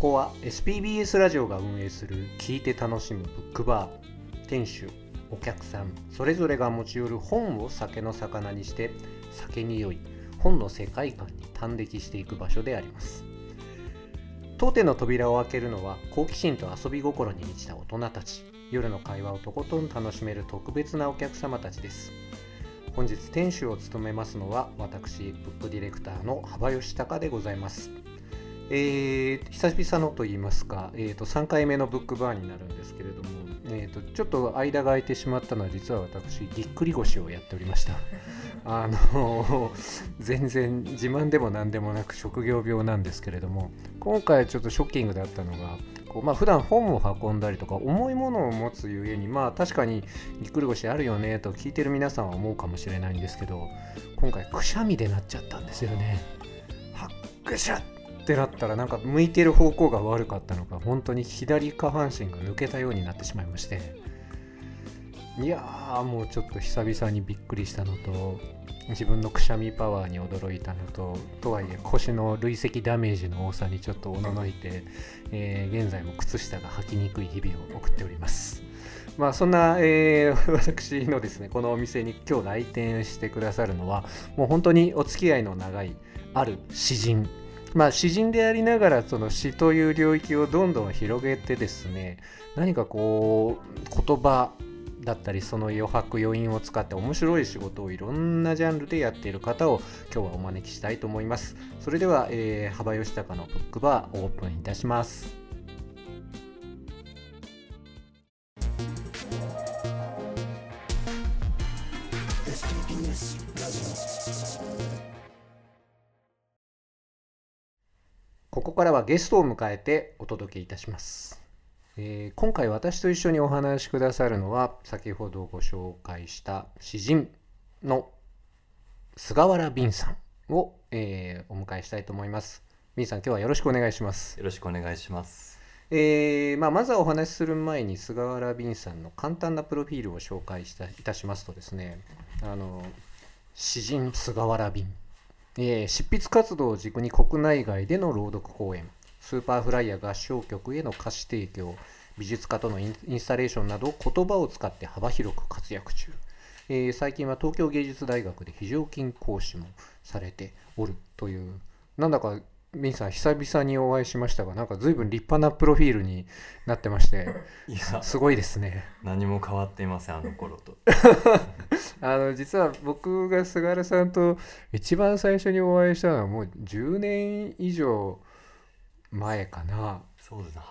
こは SPBS ラジオが運営する聞いて楽しむブックバー。店主、お客さんそれぞれが持ち寄る本を酒の魚にして酒に酔い、本の世界観に端的していく場所であります。当店の扉を開けるのは好奇心と遊び心に満ちた大人たち。夜の会話をとことん楽しめる特別なお客様たちです。本日店主を務めますのは私、ブックディレクターの幅吉隆でございます。久々のと言いますか、3回目のブックバーになるんですけれども、ちょっと間が空いてしまったのは実は私ぎっくり腰をやっておりました全然自慢でも何でもなく職業病なんですけれども、今回ちょっとショッキングだったのが普段本を運んだりとか重いものを持つゆえに確かにぎっくり腰あるよねと聞いてる皆さんは思うかもしれないんですけど、今回くしゃみでなっちゃったんですよね。くしゃってなったら向いてる方向が悪かったのか、本当に左下半身が抜けたようになってしまいまして、いやーもうちょっと久々にびっくりしたのと、自分のくしゃみパワーに驚いたのとはいえ腰の累積ダメージの多さにちょっとおののいて、現在も靴下が履きにくい日々を送っております。そんな、私のですねこのお店に今日来店してくださるのは、もう本当にお付き合いの長いある詩人、詩人でありながらその詩という領域をどんどん広げてですね、何か言葉だったりその余白余韻を使って面白い仕事をいろんなジャンルでやっている方を今日はお招きしたいと思います。それでは、幅吉隆のブックバーオープンいたします。ここからはゲストを迎えてお届けいたします。今回私と一緒にお話しくださるのは先ほどご紹介した詩人の菅原敏さんを、お迎えしたいと思います。敏さん、今日はよろしくお願いします。 よろしくお願いします。 まずはお話しする前に菅原敏さんの簡単なプロフィールを紹介いたしますとですね、詩人菅原敏、執筆活動を軸に国内外での朗読公演、スーパーフライヤー合唱曲への歌詞提供、美術家とのインスタレーションなど言葉を使って幅広く活躍中。最近は東京芸術大学で非常勤講師もされておるという、なんだかミンさん久々にお会いしましたが、随分立派なプロフィールになってましてすごいですね。 何も変わっていません、あの頃と実は僕が菅原さんと一番最初にお会いしたのはもう10年以上前かな。 そうですね、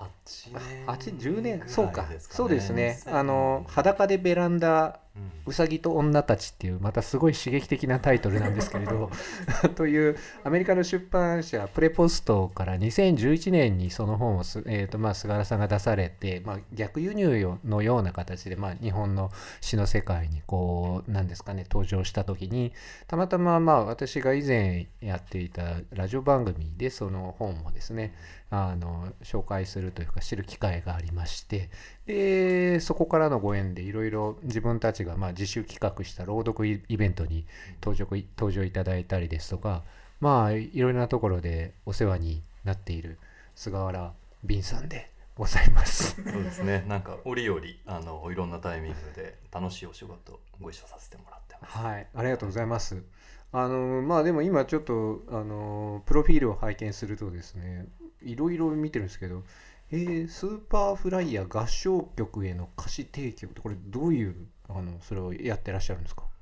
10年、そうか、そうですね。 2000 裸でベランダ、うさぎと女たちっていうまたすごい刺激的なタイトルなんですけれどというアメリカの出版社プレポストから2011年にその本を菅原さんが出されて、逆輸入のような形で、日本の詩の世界に何ですかね、登場した時にたまたま私が以前やっていたラジオ番組でその本をですね紹介するというか知る機会がありまして、でそこからのご縁でいろいろ自分たちが自主企画した朗読イベントに登場いただいたりですとか、いろいろなところでお世話になっている菅原敏さんでございますそうですね、折々いろんなタイミングで楽しいお仕事ご一緒させてもらってます。 はい、ありがとうございます。でも今ちょっとプロフィールを拝見するとですね、いろいろ見てるんですけど、スーパーフライヤー合唱曲への歌詞提供って、これどういうそれをやってらっしゃるんですか？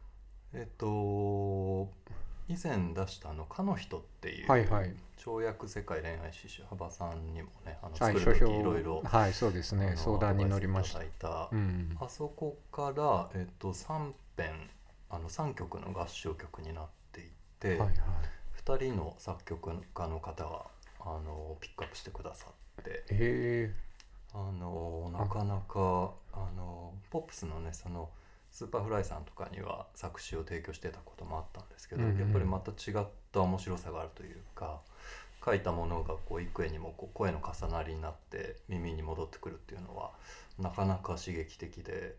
以前出したかの人っていう、跳躍世界恋愛詩集、幅さんにもね作る時いろいろそうですね、相談に乗りました。 あそこから、3編3曲の合唱曲になっていて、2人の作曲家の方がピックアップしてくださって、なかなかポップスのね、そのスーパーフライさんとかには作詞を提供してたこともあったんですけど、やっぱりまた違った面白さがあるというか、書いたものが幾重にも声の重なりになって耳に戻ってくるっていうのはなかなか刺激的で。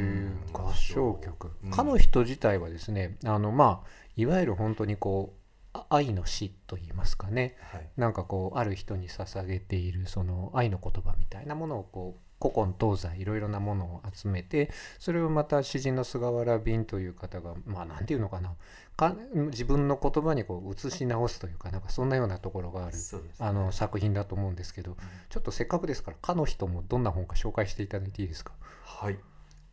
合唱曲、かの人自体はですねいわゆる本当に愛の詩といいますかね、 はい、 なんかこうある人に捧げているその愛の言葉みたいなものをこう古今東西いろいろなものを集めて、それをまた詩人の菅原敏という方がなんていうのかな、自分の言葉にこう写し直すというか、なんかそんなようなところがあるそうですね、 作品だと思うんですけど、ちょっとせっかくですからかの人もどんな本か紹介していただいていいですか。 はい、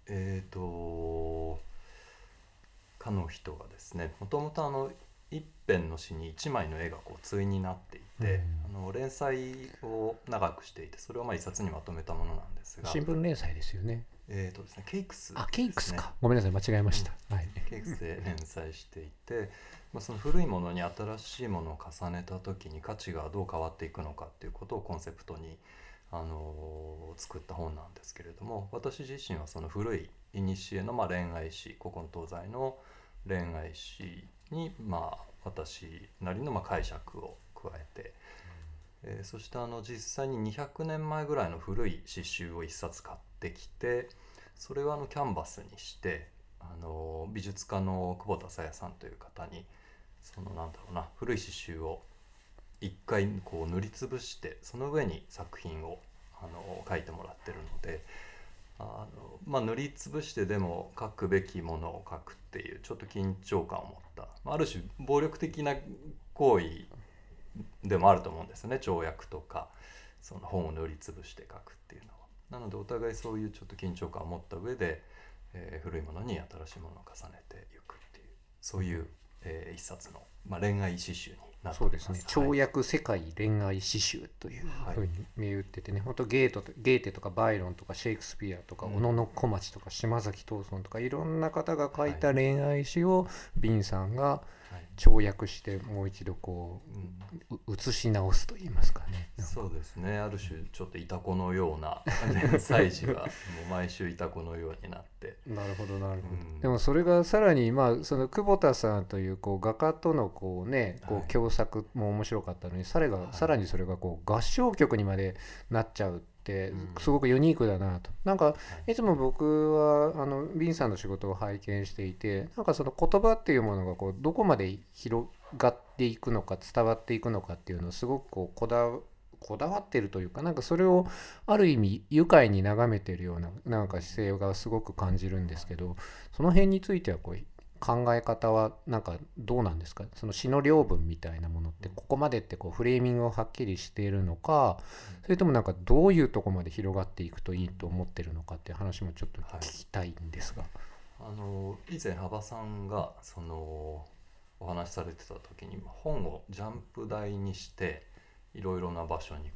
かの人がですね、もともと一編の詩に一枚の絵がこう対になっていて、連載を長くしていて、それを一冊にまとめたものなんですが、 新聞連載ですよね。 ですね、ケイクスですね。 ケイクスか、ごめんなさい間違えました、はい、 ケイクスで連載していて、その古いものに新しいものを重ねた時に価値がどう変わっていくのかっていうことをコンセプトに作った本なんですけれども、私自身はその古い古の恋愛詩、古今東西の恋愛詩に私なりの解釈を加えて、そして実際に200年前ぐらいの古い詩集を一冊買ってきて、それをキャンバスにして美術家の久保田紗也さんという方にその古い詩集を一回こう塗りつぶして、その上に作品を書いてもらってるので、塗りつぶしてでも書くべきものを書くっていうちょっと緊張感を持った、ある種暴力的な行為でもあると思うんですよね、跳躍とかその本を塗りつぶして書くっていうのは。なのでお互いそういうちょっと緊張感を持った上で、古いものに新しいものを重ねていくっていう、そういう、一冊の、恋愛詩集になっています。 そうですね、跳躍世界恋愛詩集というふうに銘打っててね、本当ゲーテとかバイロンとかシェイクスピアとか小野小町とか島崎藤村とかいろんな方が書いた恋愛詩を敏さんが跳躍してもう一度こう写し直すといいますかね。 そうですね、ある種ちょっとイタコのような連載誌がもう毎週イタコのようになってなるほどなるほど、でもそれがさらにその久保田さんという画家とのこう共作も面白かったのに、さらにそれが合唱曲にまでなっちゃうってすごくユニークだなと。なんかいつも僕はビンさんの仕事を拝見していて、なんかその言葉っていうものがどこまで広がっていくのか伝わっていくのかっていうのをすごくこだわってるというか、なんかそれをある意味愉快に眺めてるようななんか姿勢がすごく感じるんですけど、その辺については考え方はなんかどうなんですか。その詩の領分みたいなものってここまでってフレーミングをはっきりしているのか、それともなんかどういうとこまで広がっていくといいと思ってるのかっていう話もちょっと聞きたいんですが、 以前幅さんがお話しされてた時に本をジャンプ台にしていろいろな場所に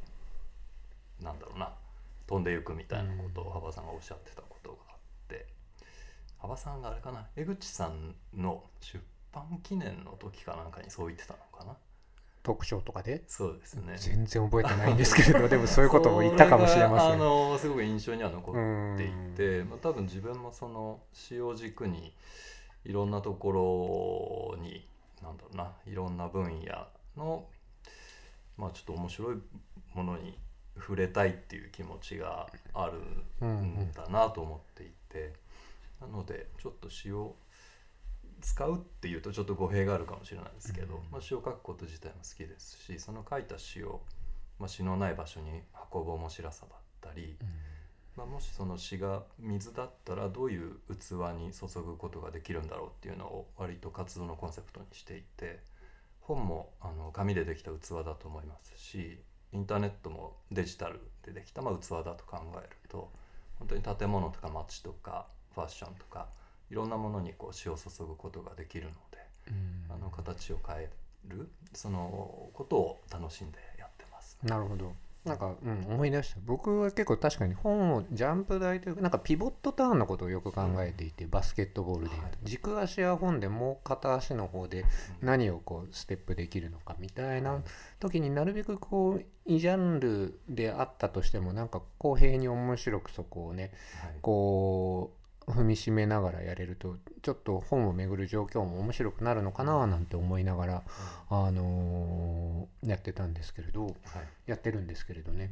飛んでいくみたいなことを幅さんがおっしゃってたことがあって、幅さんがあれかな、江口さんの出版記念の時かなんかにそう言ってたのかな、 トークショーとかで。 そうですね、 全然覚えてないんですけれどでもそういうことも言ったかもしれません。 すごく印象には残っていて、多分自分もその詩を軸にいろんなところにいろんな分野のちょっと面白いものに触れたいっていう気持ちがあるんだなと思っていて、なのでちょっと詩を使うっていうとちょっと語弊があるかもしれないですけど、詩を書くこと自体も好きですし、その書いた詩を、詩のない場所に運ぶ面白さだったり、もしその詩が水だったらどういう器に注ぐことができるんだろうっていうのを割と活動のコンセプトにしていて、本も紙でできた器だと思いますし、インターネットもデジタルでできた器だと考えると、本当に建物とか街とかファッションとかいろんなものに詩を注ぐことができるので、形を変えるそのことを楽しんでやってます。 なるほど。なんか、思い出した。僕は結構確かに本をジャンプ台というか、なんかピボットターンのことをよく考えていて、バスケットボールでいうと、軸足は本でもう片足の方で何をステップできるのかみたいな時に、なるべく異ジャンルであったとしてもなんか公平に面白くそこをね、踏みしめながらやれるとちょっと本を巡る状況も面白くなるのかななんて思いながら、やってたんですけれど、やってるんですけれどね、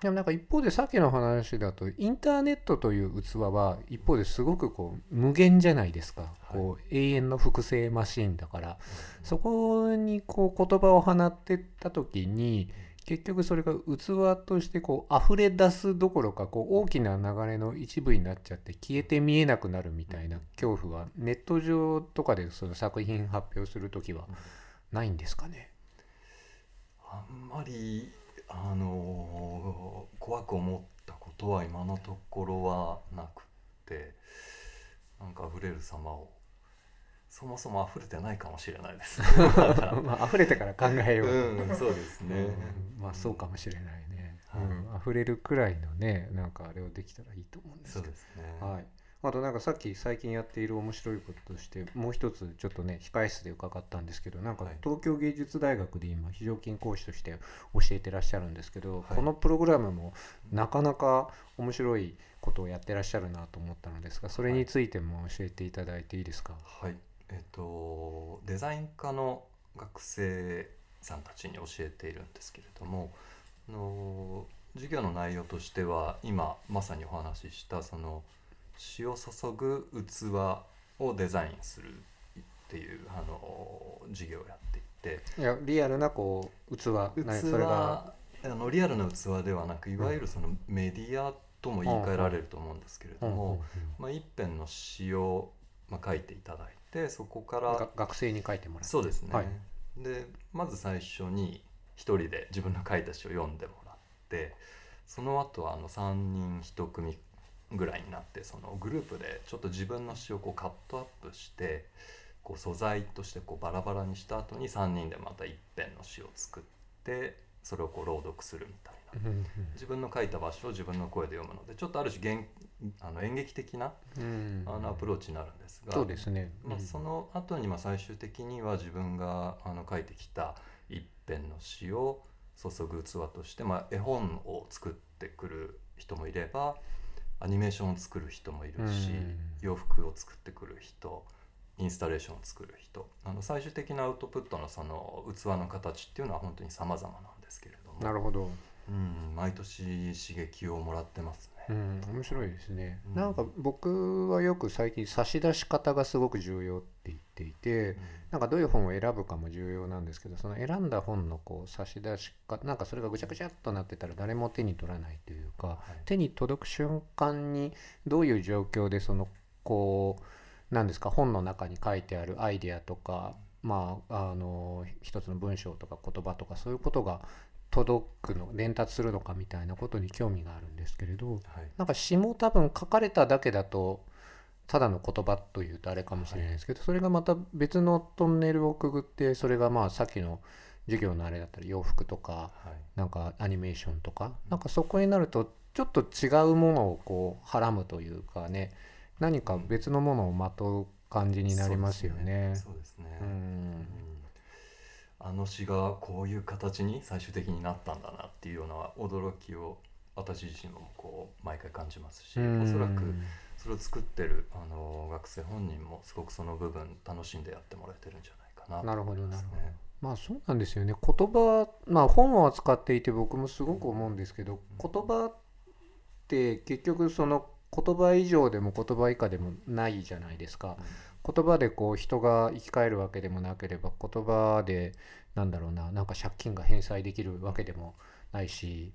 でもなんか一方でさっきの話だとインターネットという器は一方ですごくこう無限じゃないですか、こう永遠の複製マシンだから、そこにこう言葉を放ってった時に結局それが器としてこう溢れ出すどころかこう大きな流れの一部になっちゃって消えて見えなくなるみたいな恐怖はネット上とかでその作品発表する時はないんですかね。 あんまり怖く思ったことは今のところはなくて、なんか溢れる様をそもそも溢れてないかもしれないですねまあ溢れてから考えよう、 そうですね、 まあそうかもしれないね、溢れるくらいのねなんかあれをできたらいいと思うんですけど。 そうですね、 はい。あとなんかさっき最近やっている面白いこととしてもう一つちょっとね控室で伺ったんですけど、なんか東京芸術大学で今非常勤講師として教えてらっしゃるんですけど、このプログラムもなかなか面白いことをやってらっしゃるなと思ったのですが、それについても教えていただいていいですか。 はい、デザイン科の学生さんたちに教えているんですけれども、授業の内容としては今まさにお話ししたその詩を注ぐ器をデザインするっていう授業をやっていて、 いやリアルなこう器それがリアルな器ではなく、いわゆるそのメディアとも言い換えられると思うんですけれども、一編の詩を書いていただいて、そこから学生に書いてもらって、 そうですね、はい、でまず最初に一人で自分の書いた詩を読んでもらって、その後は3人1組ぐらいになって、そのグループでちょっと自分の詩をこうカットアップしてこう素材としてこうバラバラにした後に3人でまた一編の詩を作ってそれをこう朗読するみたいな、自分の書いた場所を自分の声で読むので、ちょっとある種演劇的なアプローチになるんですが、 そうですね、 その後に最終的には自分が書いてきた一編の詩を注ぐ器として、絵本を作ってくる人もいればアニメーションを作る人もいるし、洋服を作ってくる人、インスタレーションを作る人、最終的なアウトプットのその器の形っていうのは本当に様々なんですけれども、 なるほど、 毎年刺激をもらってますね。 面白いですね、なんか僕はよく最近差し出し方がすごく重要って言っていて、なんかどういう本を選ぶかも重要なんですけど、その選んだ本のこう差し出し方、なんかそれがぐちゃぐちゃっとなってたら誰も手に取らないというか、手に届く瞬間にどういう状況でそのこうなんですか、本の中に書いてあるアイデアとか、一つの文章とか言葉とかそういうことが届くの伝達するのかみたいなことに興味があるんですけれど、なんか詩も多分書かれただけだとただの言葉というとあれかもしれないですけど、それがまた別のトンネルをくぐって、それがさっきの授業のあれだったり洋服とか、なんかアニメーションとか、なんかそこになるとちょっと違うものをこうはらむというかね、何か別のものをまとう感じになりますよね。 そうですね。詩がこういう形に最終的になったんだなっていうような驚きを私自身もこう毎回感じますし、おそらくそれを作ってる学生本人もすごくその部分楽しんでやってもらえてるんじゃないかなと思いますね。なるほど。 そうなんですよね。言葉、本を扱っていて僕もすごく思うんですけど、言葉って結局その言葉以上でも言葉以下でもないじゃないですか。言葉でこう人が生き返るわけでもなければ、言葉でなんか借金が返済できるわけでもないし、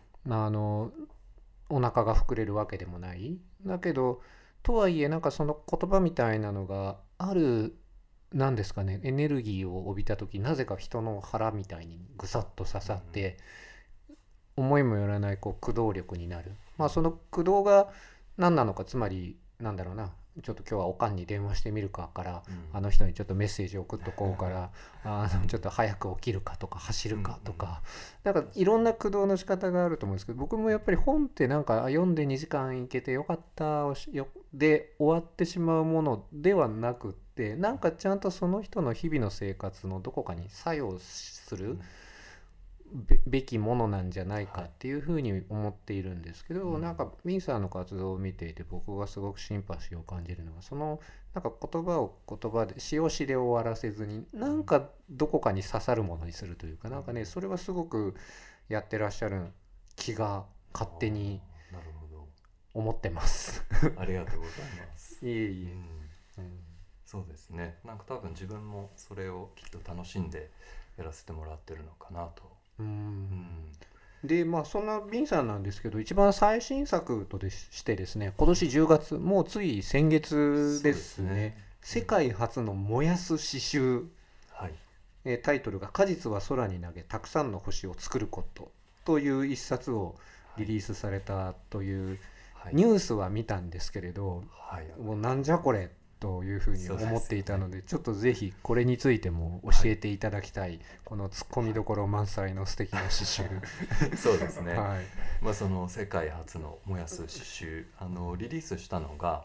お腹が膨れるわけでもない。だけどとはいえなんかその言葉みたいなのがある、なんですかね、エネルギーを帯びた時、なぜか人の腹みたいにぐさっと刺さって、思いもよらないこう駆動力になる。その駆動が何なのか、つまりなんだろうな、ちょっと今日はおかんに電話してみるかから、あの人にちょっとメッセージ送っとこうからちょっと早く起きるかとか走るかとか、なんかいろんな駆動の仕方があると思うんですけど、僕もやっぱり本ってなんか読んで2時間いけてよかったで終わってしまうものではなくって、なんかちゃんとその人の日々の生活のどこかに作用するべきものなんじゃないかっていうふうに思っているんですけど、なんかミンさんの活動を見ていて僕がすごくシンパシーを感じるのは、そのなんか言葉を言葉で詩を詩で終わらせずに、なんかどこかに刺さるものにするというか、なんかね、それはすごくやってらっしゃる気が勝手になるほど思ってますありがとうございますいえいえ、 そうですね。なんか多分自分もそれをきっと楽しんでやらせてもらってるのかなと。 でまあそんなビンさんなんですけど、一番最新作としてですね、今年10月、もうつい先月ですね、世界初の燃やす詩集、タイトルが果実は空に投げたくさんの星を作ることという一冊をリリースされたというニュースは見たんですけれど、もうなんじゃこれというふうに思っていたので、ちょっとぜひこれについても教えていただきたい、このツッコミどころ満載の素敵な詩集そうですね、まあ、その世界初の燃やす詩集リリースしたのが、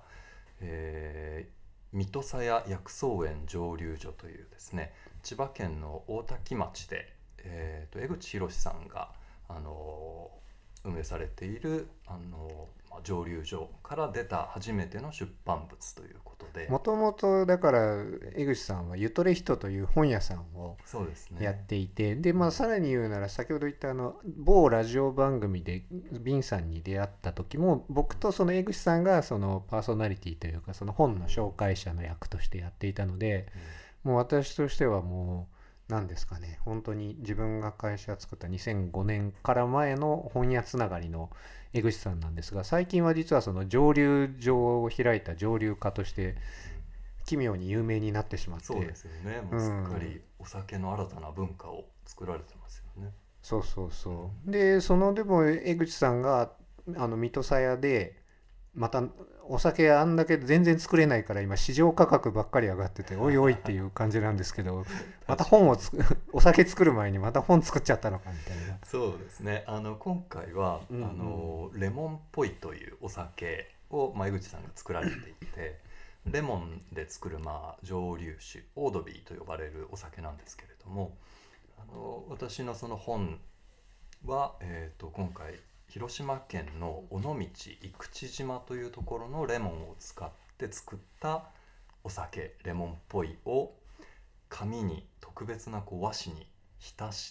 水戸鞘薬草園蒸留所というですね、千葉県の大多喜町で、江口博さんが運営されている蒸留所から出た初めての出版物ということで、 もともとだから江口さんはゆとれひとという本屋さんをやっていて、でまあさらに言うなら先ほど言った某ラジオ番組でビンさんに出会った時も、僕とその江口さんがそのパーソナリティというかその本の紹介者の役としてやっていたので、もう私としてはもう何ですかね、本当に自分が会社作った2005年から前の本屋つながりの江口さんなんですが、最近は実はその蒸留所を開いた蒸留家として奇妙に有名になってしまって、 そうですよね、もうすっかりお酒の新たな文化を作られてますよね。 そうそうそう。ででも江口さんが水戸鞘でまたお酒あんだけ全然作れないから今市場価格ばっかり上がってておいおいっていう感じなんですけどまたお酒作る前にまた本作っちゃったのかみたいな。 そうですね、今回は、レモンっぽいというお酒を江口さんが作られていて、レモンで作る蒸留酒オードビーと呼ばれるお酒なんですけれども、私のその本は、今回広島県の尾道生口島というところのレモンを使って作ったお酒レモンっぽいを紙に特別な和紙に浸して、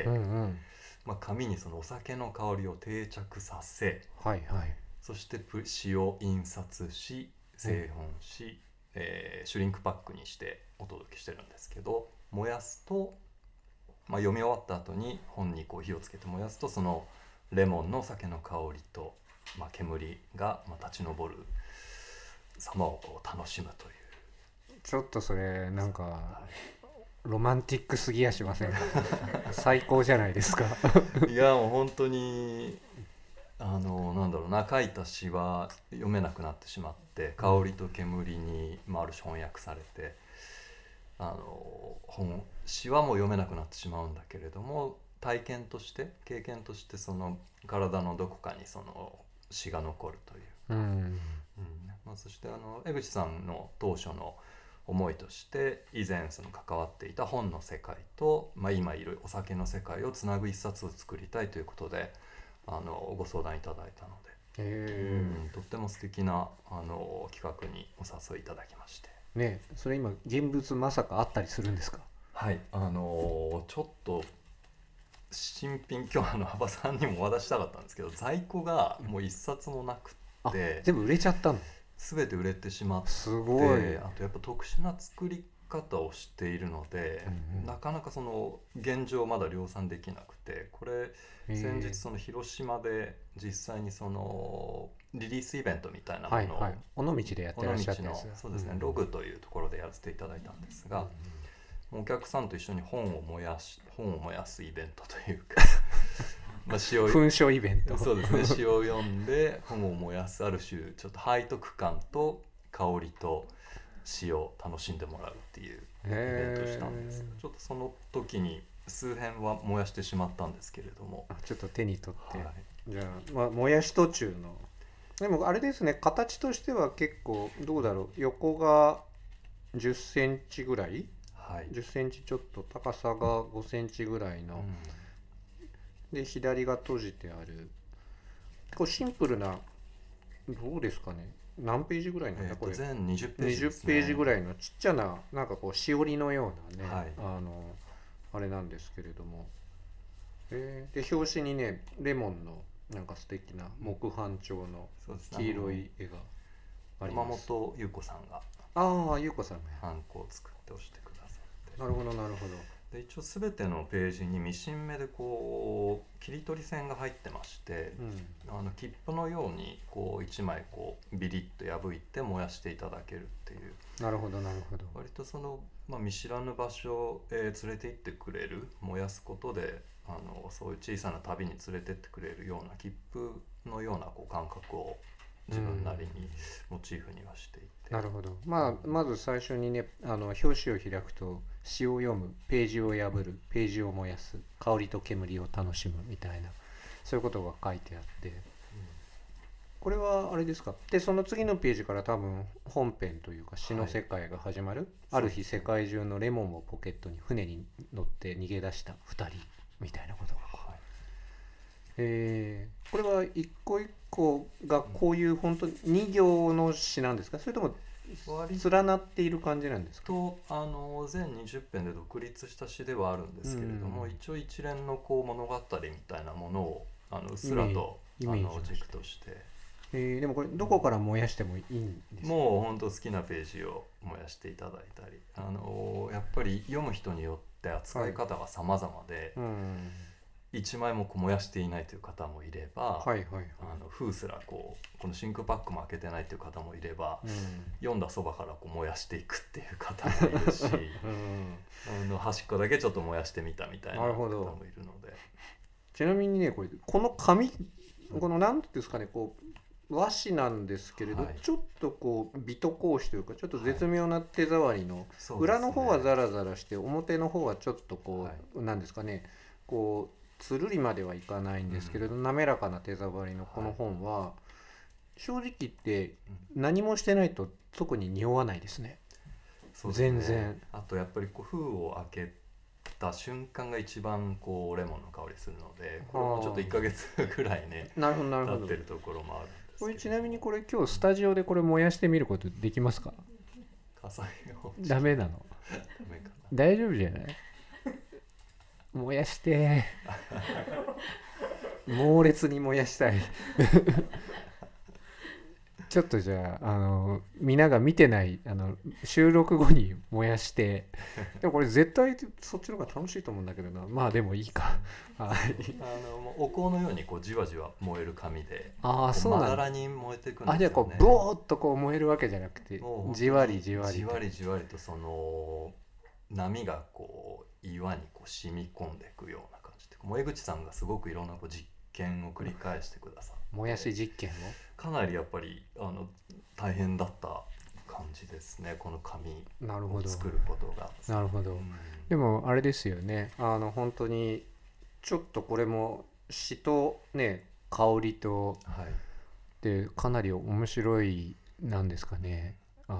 紙にそのお酒の香りを定着させ、そして詩を印刷し製本し、シュリンクパックにしてお届けしてるんですけど、燃やすと、読み終わった後に本に火をつけて燃やすと、そのレモンの酒の香りと、煙が立ち上る様を楽しむという。 ちょっとそれなんかロマンティックすぎやしませんか最高じゃないですかいやもう本当になんだろうな、書いた詩は読めなくなってしまって、香りと煙に、ある種翻訳されて、詩はもう読めなくなってしまうんだけれども、体験として経験としてその体のどこかにその詩が残るというか、そして江口さんの当初の思いとして、以前その関わっていた本の世界と、今いるお酒の世界をつなぐ一冊を作りたいということでご相談いただいたので、とっても素敵な企画にお誘いいただきましてね。それ今現物まさかあったりするんですか？ はい、ちょっと新品、今日幅さんにもお渡ししたかったんですけど、在庫がもう一冊もなくて、 全部売れちゃったの？ 全て売れてしまって、 すごい。 あとやっぱ特殊な作り方をしているので、なかなかその現状まだ量産できなくて、これ先日その広島で実際にそのリリースイベントみたいなものを、 尾道でやってらっしゃったやつ、 そうですね、ログというところでやらせていただいたんですが、お客さんと一緒に本を燃やすイベントというか噴書イベント、 そうですね、詩を読んで本を燃やす、ある種ちょっと背徳感と香りと詩を楽しんでもらうっていうイベントをしたんです。ちょっとその時に数編は燃やしてしまったんですけれども、 ちょっと手に取って、じゃあ、燃やし途中の、でもあれですね、形としては結構どうだろう、横が10センチぐらい、10センチちょっと、高さが5センチぐらいの、で左が閉じてある、シンプルな、どうですかね、何ページぐらいなんだこれ、 全20ページですね。20ページぐらいのちっちゃな、なんかしおりのようなね、あれなんですけれども、で表紙にね、レモンのなんか素敵な木版調の黄色い絵があります。 山本優子さんが優子さんがハンコを作って押してくださって、 なるほどなるほど。 で一応全てのページにミシン目でこう切り取り線が入ってまして、切符のようにこう1枚こうビリッと破いて燃やしていただけるっていう。 なるほどなるほど。 割とその、見知らぬ場所へ連れて行ってくれる、燃やすことでそういう小さな旅に連れてってくれるような切符のようなこう感覚を自分なりにモチーフにはしていて、 なるほど。まず最初にね、表紙を開くと詩を読む、ページを破る、ページを燃やす、香りと煙を楽しむみたいな、そういうことが書いてあって、これはあれですか。でその次のページから多分本編というか詩の世界が始まる、ある日世界中のレモンをポケットに船に乗って逃げ出した2人みたいなことが、これは一個一個がこういう本当に2行の詩なんですか、それとも連なっている感じなんですか。 全20編で独立した詩ではあるんですけれども、一応一連のこう物語みたいなものをうっすらと軸として、 でもこれどこから燃やしてもいいんですか。 もう本当好きなページを燃やしていただいたり、やっぱり読む人によって扱い方が様々で、1枚もこう燃やしていないという方もいれば、封すらこの真空パックも開けてないという方もいれば、読んだそばからこう燃やしていくっていう方もいるし、端っこだけちょっと燃やしてみたみたいな方もいるので。 ちなみにね、この紙、この何ていうんですかね、こう和紙なんですけれど、ちょっとこうビト格子というかちょっと絶妙な手触りの、裏の方はザラザラして表の方はちょっとこう、なんですかね、こうつるりまではいかないんですけれど、滑らかな手触りのこの本は、正直言って何もしてないと特に匂わないですね。全然。 あとやっぱりこう封を開けた瞬間が一番こうレモンの香りするので、これもちょっと1ヶ月ぐらいね経ってるところもあるんですけど。 これちなみにこれ今日スタジオでこれ燃やしてみることできますか。 火災をダメなの。 ダメかな。 大丈夫じゃない。燃やして猛烈に燃やしたいちょっとじゃあみんなが見てない収録後に燃やしてでもこれ絶対そっちの方が楽しいと思うんだけどな。まあでもいいかお香のようにこうじわじわ燃える紙で、 まだらに燃えていくんですよね。 じゃあこうブオーっとこう燃えるわけじゃなくて、じわりじわりとその波がこう岩にこう染み込んでいくような感じで、萌口さんがすごくいろんなこう実験を繰り返してくださって、 燃やし実験をかなりやっぱり大変だった感じですね、この紙を作ることが。 なるほど、でもあれですよね、本当にちょっとこれも詩とね香りと、でかなり面白いなんですかね、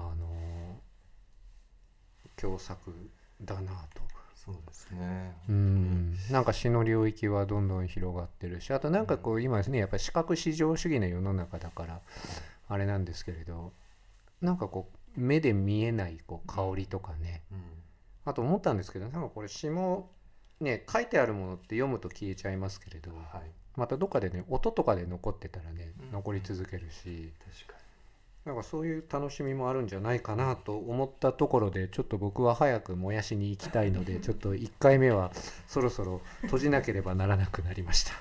共作だなと。 そうですね。 なんか詩の領域はどんどん広がってるし、あとなんかこう今ですね、やっぱり視覚至上主義の世の中だからあれなんですけれど、なんかこう目で見えないこう香りとかね、あと思ったんですけど、なんかこれ詩もね書いてあるものって読むと消えちゃいますけれど、またどっかでね音とかで残ってたらね残り続けるし、 確かになんかそういう楽しみもあるんじゃないかなと思ったところで、ちょっと僕は早く燃やしに行きたいのでちょっと1回目はそろそろ閉じなければならなくなりました。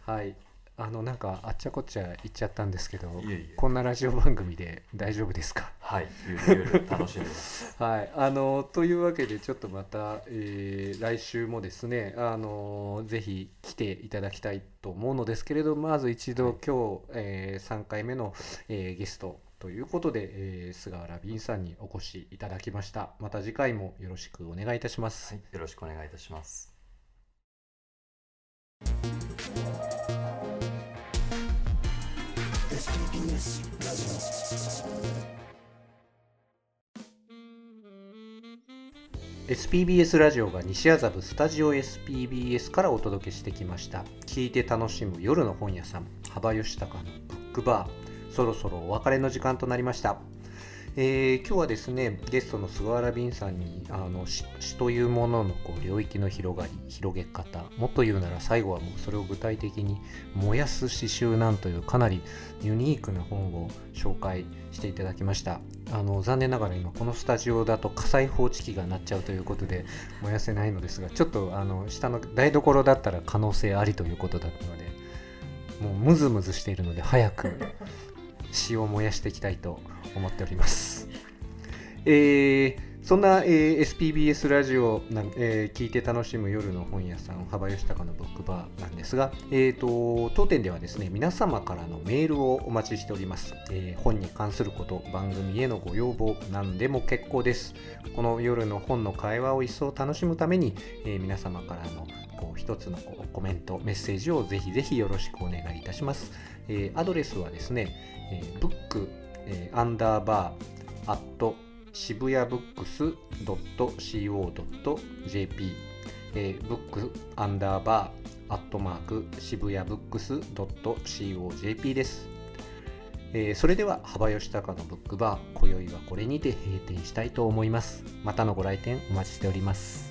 はい、なんかあっちゃこっちゃ言っちゃったんですけど、こんなラジオ番組で大丈夫ですか。 はい、ゆるゆる楽しんでますはい、というわけでちょっとまた、来週もですねぜひ来ていただきたいと思うのですけれど、まず一度今日、3回目の、ゲストということで、菅原敏さんにお越しいただきました。また次回もよろしくお願いいたします。 はい、よろしくお願いいたします。 SPBS ラジオが西麻布スタジオ SPBS からお届けしてきました。聞いて楽しむ夜の本屋さん、幅義孝のブックバー、そろそろお別れの時間となりました。 今日はですね、ゲストの菅原敏さんに詩というものの領域の広げ方、もっと言うなら最後はもうそれを具体的に燃やす詩集なんというかなりユニークな本を紹介していただきました。残念ながら今このスタジオだと火災報知器が鳴っちゃうということで燃やせないのですが、ちょっと下の台所だったら可能性ありということだったので、もうムズムズしているので早く詩を燃やしていきたいと思っております。そんな、SPBS ラジオ聞いて楽しむ夜の本屋さん、幅吉隆のブックバーなんですが、当店ではですね、皆様からのメールをお待ちしております。本に関すること、番組へのご要望、何でも結構です。この夜の本の会話を一層楽しむために、皆様からの一つのコメント、メッセージをぜひぜひよろしくお願いいたします。アドレスはですね、book _ 渋谷ブックス .co.jp book _ 渋谷ブックス .co.jp です。それでは幅吉隆のブックバー、今宵はこれにて閉店したいと思います。またのご来店お待ちしております。